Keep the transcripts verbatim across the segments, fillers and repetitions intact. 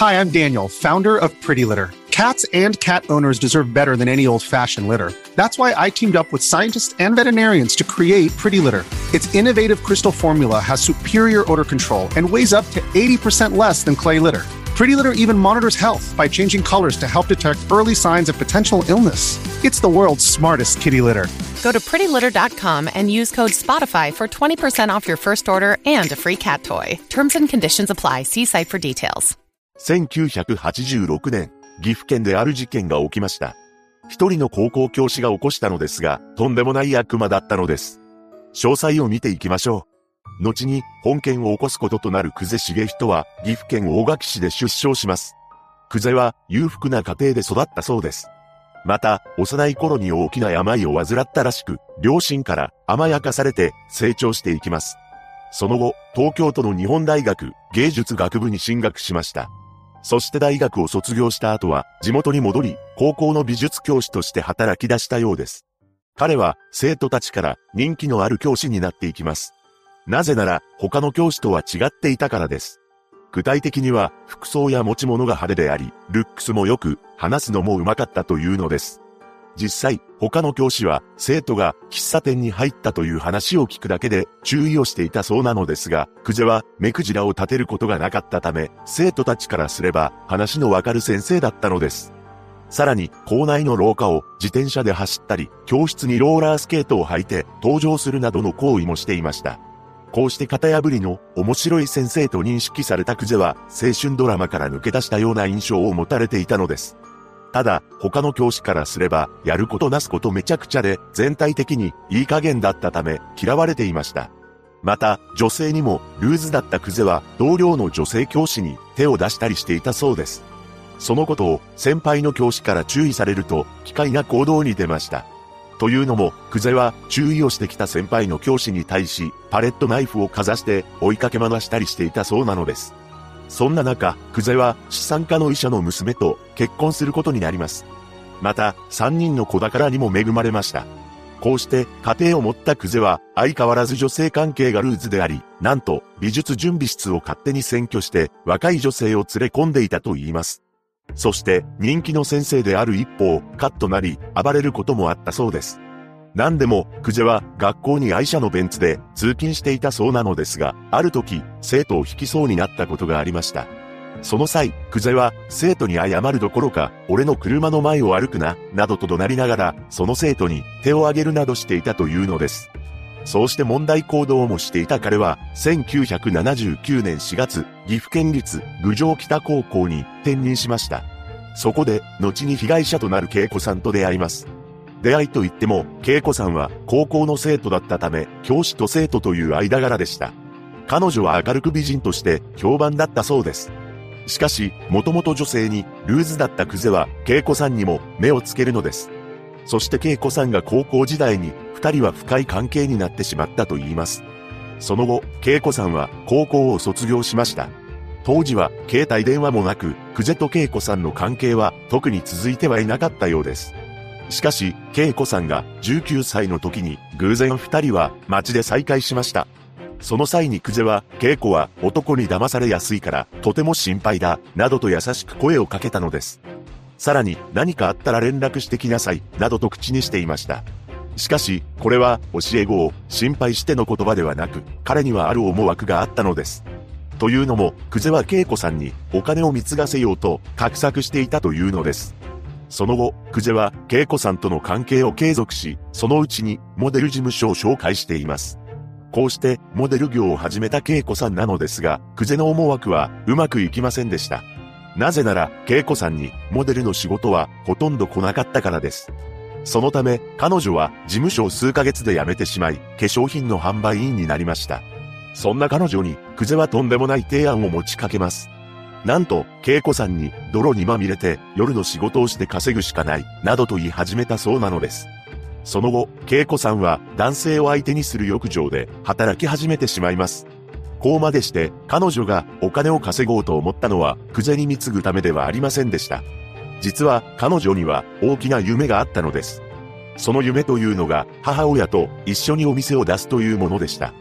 Hi, I'm Daniel, founder of Pretty Litter. Cats and cat owners deserve better than any old-fashioned litter. That's why I teamed up with scientists and veterinarians to create Pretty Litter. Its innovative crystal formula has superior odor control and weighs up to eighty percent less than clay litter. Pretty Litter even monitors health by changing colors to help detect early signs of potential illness. It's the world's smartest kitty litter. Go to pretty litter dot com and use code SPOTIFY for twenty percent off your first order and a free cat toy. Terms and conditions apply. See site for details. せんきゅうひゃくはちじゅうろくねん、岐阜県である事件が起きました。一人の高校教師が起こしたのですが、とんでもない悪魔だったのです。詳細を見ていきましょう。後に本件を起こすこととなる久世重人は岐阜県大垣市で出生します。久世は裕福な家庭で育ったそうです。また、幼い頃に大きな病を患ったらしく、両親から甘やかされて成長していきます。その後、東京都の日本大学芸術学部に進学しました。そして大学を卒業した後は地元に戻り、高校の美術教師として働き出したようです。彼は生徒たちから人気のある教師になっていきます。なぜなら他の教師とは違っていたからです。具体的には服装や持ち物が派手であり、ルックスも良く、話すのも上手かったというのです。実際、他の教師は生徒が喫茶店に入ったという話を聞くだけで注意をしていたそうなのですが、久世は目くじらを立てることがなかったため、生徒たちからすれば話のわかる先生だったのです。さらに、校内の廊下を自転車で走ったり、教室にローラースケートを履いて登場するなどの行為もしていました。こうして型破りの面白い先生と認識された久世は青春ドラマから抜け出したような印象を持たれていたのです。ただ、他の教師からすれば、やることなすことめちゃくちゃで、全体的にいい加減だったため、嫌われていました。また、女性にもルーズだった久世は、同僚の女性教師に手を出したりしていたそうです。そのことを先輩の教師から注意されると、奇怪な行動に出ました。というのも、久世は注意をしてきた先輩の教師に対し、パレットナイフをかざして追いかけ回したりしていたそうなのです。そんな中、久世は資産家の医者の娘と結婚することになります。また、三人の子宝にも恵まれました。こうして家庭を持った久世は相変わらず女性関係がルーズであり、なんと美術準備室を勝手に占拠して若い女性を連れ込んでいたと言います。そして人気の先生である一方、カッとなり暴れることもあったそうです。何でも、久世は学校に愛車のベンツで通勤していたそうなのですが、ある時、生徒を引きそうになったことがありました。その際、久世は生徒に謝るどころか、俺の車の前を歩くな、などと怒鳴りながら、その生徒に手を挙げるなどしていたというのです。そうして問題行動もしていた彼は、せんきゅうひゃくななじゅうきゅうねんしがつ、岐阜県立郡上北高校に転任しました。そこで、後に被害者となる恵子さんと出会います。出会いといっても、恵子さんは高校の生徒だったため、教師と生徒という間柄でした。彼女は明るく美人として評判だったそうです。しかし、もともと女性にルーズだった久世は、恵子さんにも目をつけるのです。そして恵子さんが高校時代に、二人は深い関係になってしまったと言います。その後、恵子さんは高校を卒業しました。当時は携帯電話もなく、久世と恵子さんの関係は特に続いてはいなかったようです。しかし、恵子さんがじゅうきゅうさいの時に偶然二人は街で再会しました。その際に久世は、恵子は男に騙されやすいからとても心配だ、などと優しく声をかけたのです。さらに、何かあったら連絡してきなさい、などと口にしていました。しかし、これは教え子を心配しての言葉ではなく、彼にはある思惑があったのです。というのも、久世は恵子さんにお金を貢がせようと画策していたというのです。その後、久世は恵子さんとの関係を継続し、そのうちにモデル事務所を紹介しています。こうしてモデル業を始めた恵子さんなのですが、久世の思惑はうまくいきませんでした。なぜなら、恵子さんにモデルの仕事はほとんど来なかったからです。そのため、彼女は事務所を数ヶ月で辞めてしまい、化粧品の販売員になりました。そんな彼女に、久世はとんでもない提案を持ちかけます。なんと、恵子さんに泥にまみれて夜の仕事をして稼ぐしかない、などと言い始めたそうなのです。その後、恵子さんは男性を相手にする浴場で働き始めてしまいます。こうまでして彼女がお金を稼ごうと思ったのは久世に貢ぐためではありませんでした。実は彼女には大きな夢があったのです。その夢というのが母親と一緒にお店を出すというものでした。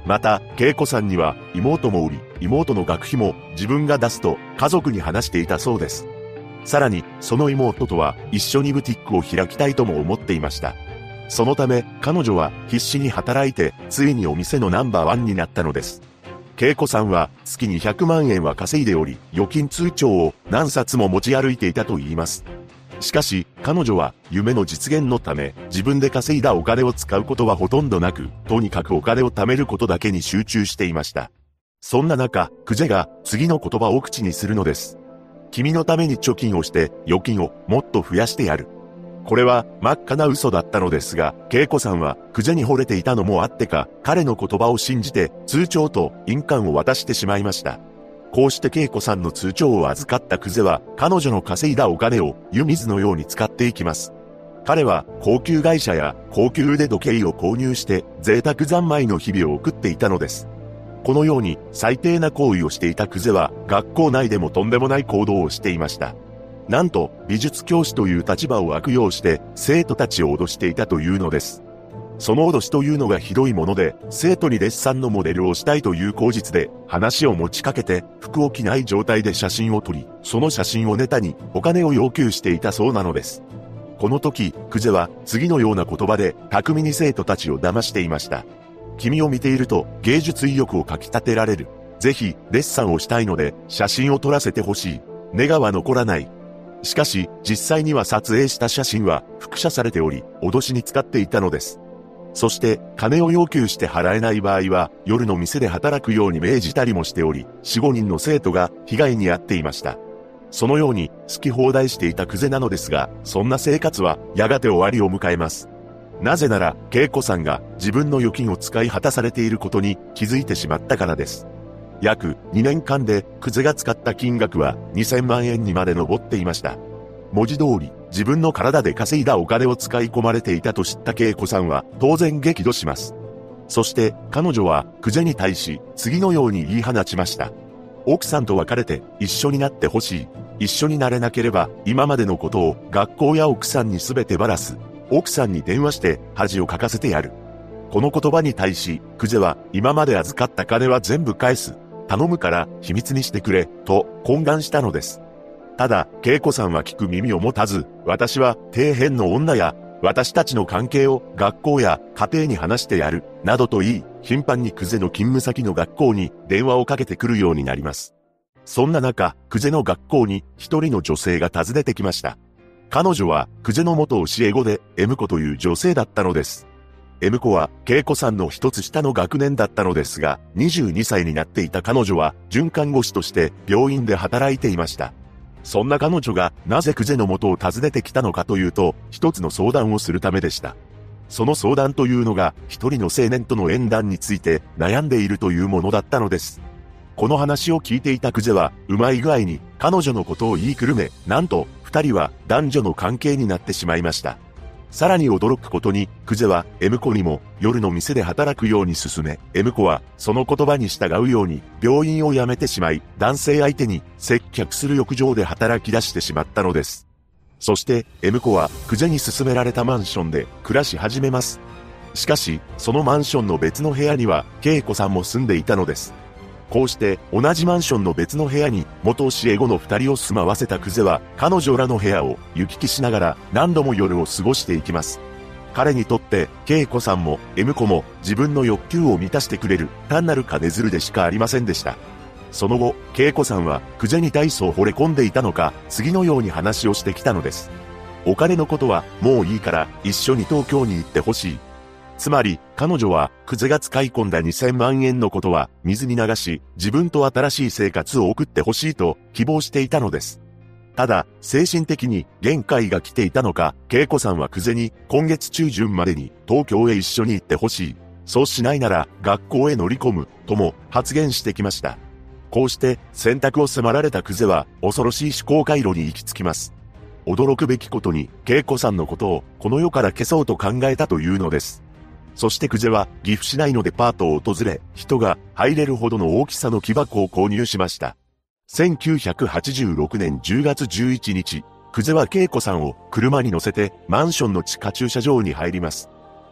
また、恵子さんには妹もおり、妹の学費も自分が出すと家族に話していたそうです。さらに、その妹とは一緒にブティックを開きたいとも思っていました。そのため、彼女は必死に働いて、ついにお店のナンバーワンになったのです。恵子さんは月にひゃくまんえんは稼いでおり、預金通帳を何冊も持ち歩いていたと言います。しかし、彼女は夢の実現のため、自分で稼いだお金を使うことはほとんどなく、とにかくお金を貯めることだけに集中していました。そんな中、クジェが次の言葉を口にするのです。君のために貯金をして預金をもっと増やしてやる。これは真っ赤な嘘だったのですが、恵子さんはクジェに惚れていたのもあってか、彼の言葉を信じて通帳と印鑑を渡してしまいました。こうして恵子さんの通帳を預かったクゼは、彼女の稼いだお金を湯水のように使っていきます。彼は高級外車や高級腕時計を購入して贅沢三昧の日々を送っていたのです。このように最低な行為をしていたクゼは、学校内でもとんでもない行動をしていました。なんと、美術教師という立場を悪用して生徒たちを脅していたというのです。その脅しというのがひどいもので、生徒にデッサンのモデルをしたいという口実で、話を持ちかけて、服を着ない状態で写真を撮り、その写真をネタにお金を要求していたそうなのです。この時、クゼは次のような言葉で巧みに生徒たちを騙していました。君を見ていると芸術意欲をかき立てられる。ぜひ、デッサンをしたいので、写真を撮らせてほしい。ネガは残らない。しかし、実際には撮影した写真は複写されており、脅しに使っていたのです。そして、金を要求して払えない場合は、夜の店で働くように命じたりもしており、よん、ごにんの生徒が被害に遭っていました。そのように、好き放題していたクゼなのですが、そんな生活は、やがて終わりを迎えます。なぜなら、恵子さんが自分の預金を使い果たされていることに気づいてしまったからです。約にねんかんで、クゼが使った金額はにせんまんえんにまで上っていました。文字通り、自分の体で稼いだお金を使い込まれていたと知った恵子さんは当然激怒します。そして彼女はクゼに対し次のように言い放ちました。奥さんと別れて一緒になってほしい。一緒になれなければ今までのことを学校や奥さんにすべてばらす。奥さんに電話して恥をかかせてやる。この言葉に対しクゼは今まで預かった金は全部返す。頼むから秘密にしてくれと懇願したのです。ただ、恵子さんは聞く耳を持たず、私は底辺の女や、私たちの関係を学校や家庭に話してやる、などと言い、頻繁にクゼの勤務先の学校に電話をかけてくるようになります。そんな中、クゼの学校に一人の女性が訪ねてきました。彼女は、クゼの元教え子で、M子という女性だったのです。M子は、恵子さんの一つ下の学年だったのですが、にじゅうにさいになっていた彼女は、准看護師として病院で働いていました。そんな彼女がなぜクゼの元を訪ねてきたのかというと、一つの相談をするためでした。その相談というのが、一人の青年との縁談について悩んでいるというものだったのです。この話を聞いていたクゼは、うまい具合に彼女のことを言いくるめ、なんと二人は男女の関係になってしまいました。さらに驚くことに、クゼは M子にも夜の店で働くように勧め、M子はその言葉に従うように病院を辞めてしまい、男性相手に接客する浴場で働き出してしまったのです。そして M子はクゼに勧められたマンションで暮らし始めます。しかし、そのマンションの別の部屋には恵子さんも住んでいたのです。こうして同じマンションの別の部屋に元教え子の二人を住まわせたクゼは彼女らの部屋を行き来しながら何度も夜を過ごしていきます。彼にとって恵子さんも M子も自分の欲求を満たしてくれる単なる金づるでしかありませんでした。その後、恵子さんはクゼに対そう惚れ込んでいたのか次のように話をしてきたのです。お金のことはもういいから一緒に東京に行ってほしい。つまり、彼女は、クゼが使い込んだにせんまんえんのことは、水に流し、自分と新しい生活を送ってほしいと、希望していたのです。ただ、精神的に限界が来ていたのか、恵子さんはクゼに、今月中旬までに、東京へ一緒に行ってほしい。そうしないなら、学校へ乗り込む、とも、発言してきました。こうして、選択を迫られたクゼは、恐ろしい思考回路に行き着きます。驚くべきことに、恵子さんのことを、この世から消そうと考えたというのです。そしてクゼは岐阜市内のデパートを訪れ、人が入れるほどの大きさの木箱を購入しました。せんきゅうひゃくはちじゅうろくねんじゅうがつじゅういちにち、クゼは恵子さんを車に乗せてマンションの地下駐車場に入ります。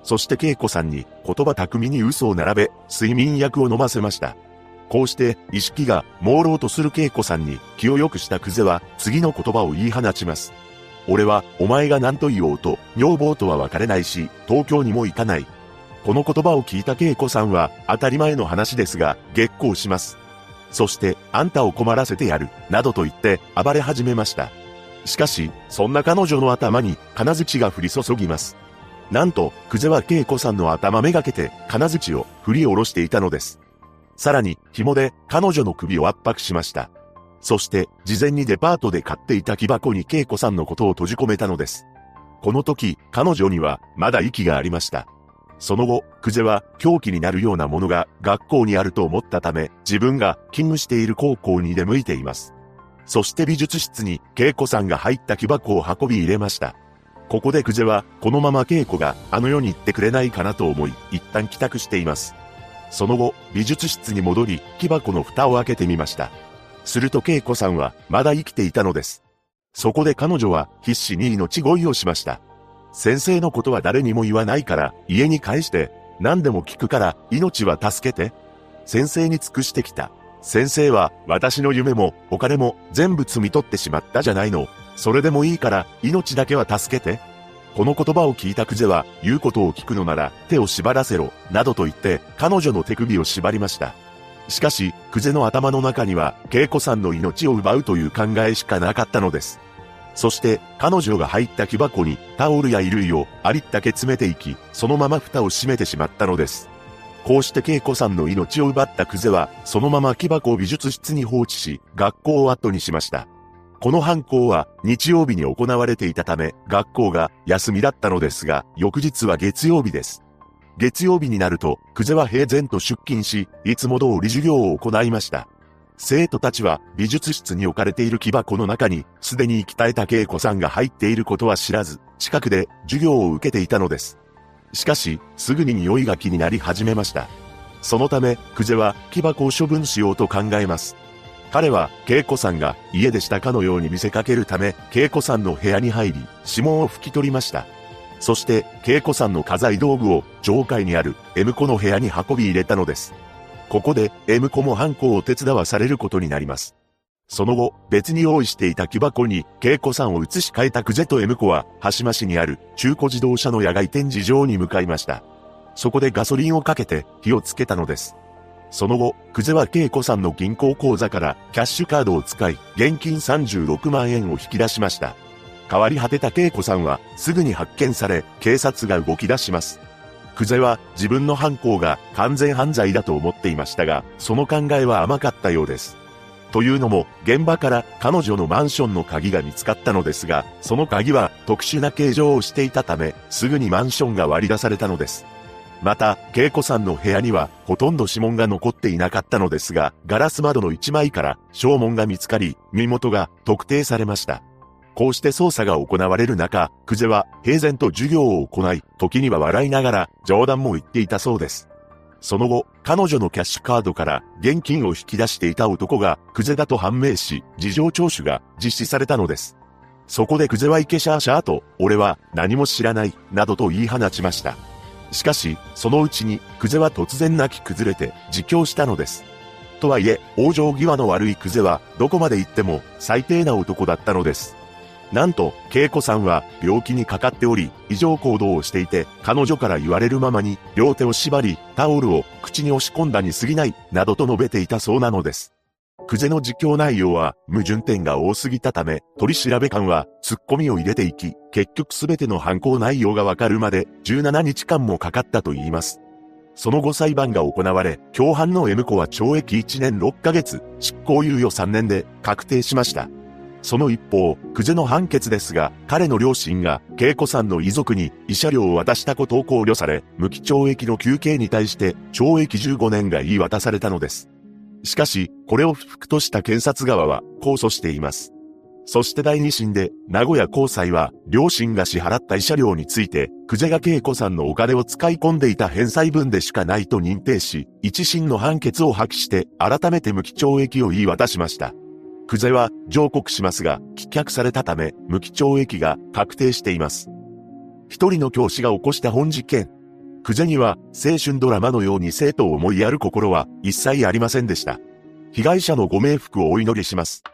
そして恵子さんに言葉巧みに嘘を並べ、睡眠薬を飲ませました。こうして意識が朦朧とする恵子さんに気を良くした久世は次の言葉を言い放ちます。俺はお前が何と言おうと女房とは別れないし、東京にも行かない。この言葉を聞いた恵子さんは当たり前の話ですが激高します。そしてあんたを困らせてやる、などと言って暴れ始めました。しかし、そんな彼女の頭に金槌が降り注ぎます。なんと、久世は恵子さんの頭めがけて金槌を振り下ろしていたのです。さらに、紐で彼女の首を圧迫しました。そして、事前にデパートで買っていた木箱に恵子さんのことを閉じ込めたのです。この時、彼女にはまだ息がありました。その後、久世は凶器になるようなものが学校にあると思ったため、自分が勤務している高校に出向いています。そして美術室に恵子さんが入った木箱を運び入れました。ここで久世は、このまま恵子があの世に行ってくれないかなと思い、一旦帰宅しています。その後、美術室に戻り、木箱の蓋を開けてみました。すると恵子さんは、まだ生きていたのです。そこで彼女は、必死に命乞いをしました。先生のことは誰にも言わないから、家に帰して、何でも聞くから、命は助けて。先生に尽くしてきた。先生は、私の夢も、お金も、全部摘み取ってしまったじゃないの。それでもいいから、命だけは助けて。この言葉を聞いた久世は、言うことを聞くのなら、手を縛らせろ、などと言って、彼女の手首を縛りました。しかし、久世の頭の中には、恵子さんの命を奪うという考えしかなかったのです。そして、彼女が入った木箱に、タオルや衣類をありったけ詰めていき、そのまま蓋を閉めてしまったのです。こうして恵子さんの命を奪った久世は、そのまま木箱を美術室に放置し、学校を後にしました。この犯行は日曜日に行われていたため、学校が休みだったのですが、翌日は月曜日です。月曜日になると、久世は平然と出勤し、いつも通り授業を行いました。生徒たちは美術室に置かれている木箱の中に、すでに息絶えた恵子さんが入っていることは知らず、近くで授業を受けていたのです。しかし、すぐに匂いが気になり始めました。そのため、久世は木箱を処分しようと考えます。彼は、恵子さんが家でしたかのように見せかけるため、恵子さんの部屋に入り、指紋を拭き取りました。そして、恵子さんの家財道具を上階にある M 子の部屋に運び入れたのです。ここで M 子も犯行を手伝わされることになります。その後、別に用意していた木箱に恵子さんを移し替えた久世と M 子は、羽島市にある中古自動車の野外展示場に向かいました。そこでガソリンをかけて火をつけたのです。その後、久世は恵子さんの銀行口座からキャッシュカードを使い、現金さんじゅうろくまんえんを引き出しました。変わり果てた恵子さんはすぐに発見され、警察が動き出します。久世は自分の犯行が完全犯罪だと思っていましたが、その考えは甘かったようです。というのも、現場から彼女のマンションの鍵が見つかったのですが、その鍵は特殊な形状をしていたため、すぐにマンションが割り出されたのです。また、恵子さんの部屋にはほとんど指紋が残っていなかったのですが、ガラス窓の一枚から掌紋が見つかり、身元が特定されました。こうして捜査が行われる中、久世は平然と授業を行い、時には笑いながら冗談も言っていたそうです。その後、彼女のキャッシュカードから現金を引き出していた男が久世だと判明し、事情聴取が実施されたのです。そこで久世はイケシャーシャーと、俺は何も知らない、などと言い放ちました。しかし、そのうちに久世は突然泣き崩れて自供したのです。とはいえ、往生際の悪い久世はどこまで行っても最低な男だったのです。なんと、恵子さんは病気にかかっており、異常行動をしていて、彼女から言われるままに、両手を縛り、タオルを口に押し込んだに過ぎない、などと述べていたそうなのです。久世の自供内容は、矛盾点が多すぎたため、取り調べ官は、突っ込みを入れていき、結局すべての犯行内容がわかるまで、じゅうななにちかんもかかったと言います。その後裁判が行われ、共犯の M 子は懲役いちねんろっかげつ、執行猶予さんねんで確定しました。その一方、久世の判決ですが、彼の両親が、恵子さんの遺族に慰謝料を渡したことを考慮され、無期懲役の求刑に対して、懲役じゅうごねんが言い渡されたのです。しかし、これを不服とした検察側は、控訴しています。そして第二審で、名古屋高裁は、両親が支払った慰謝料について、久世が恵子さんのお金を使い込んでいた返済分でしかないと認定し、一審の判決を破棄して、改めて無期懲役を言い渡しました。久世は上告しますが、棄却されたため、無期懲役が確定しています。一人の教師が起こした本事件。 久世には青春ドラマのように生徒を思いやる心は一切ありませんでした。被害者のご冥福をお祈りします。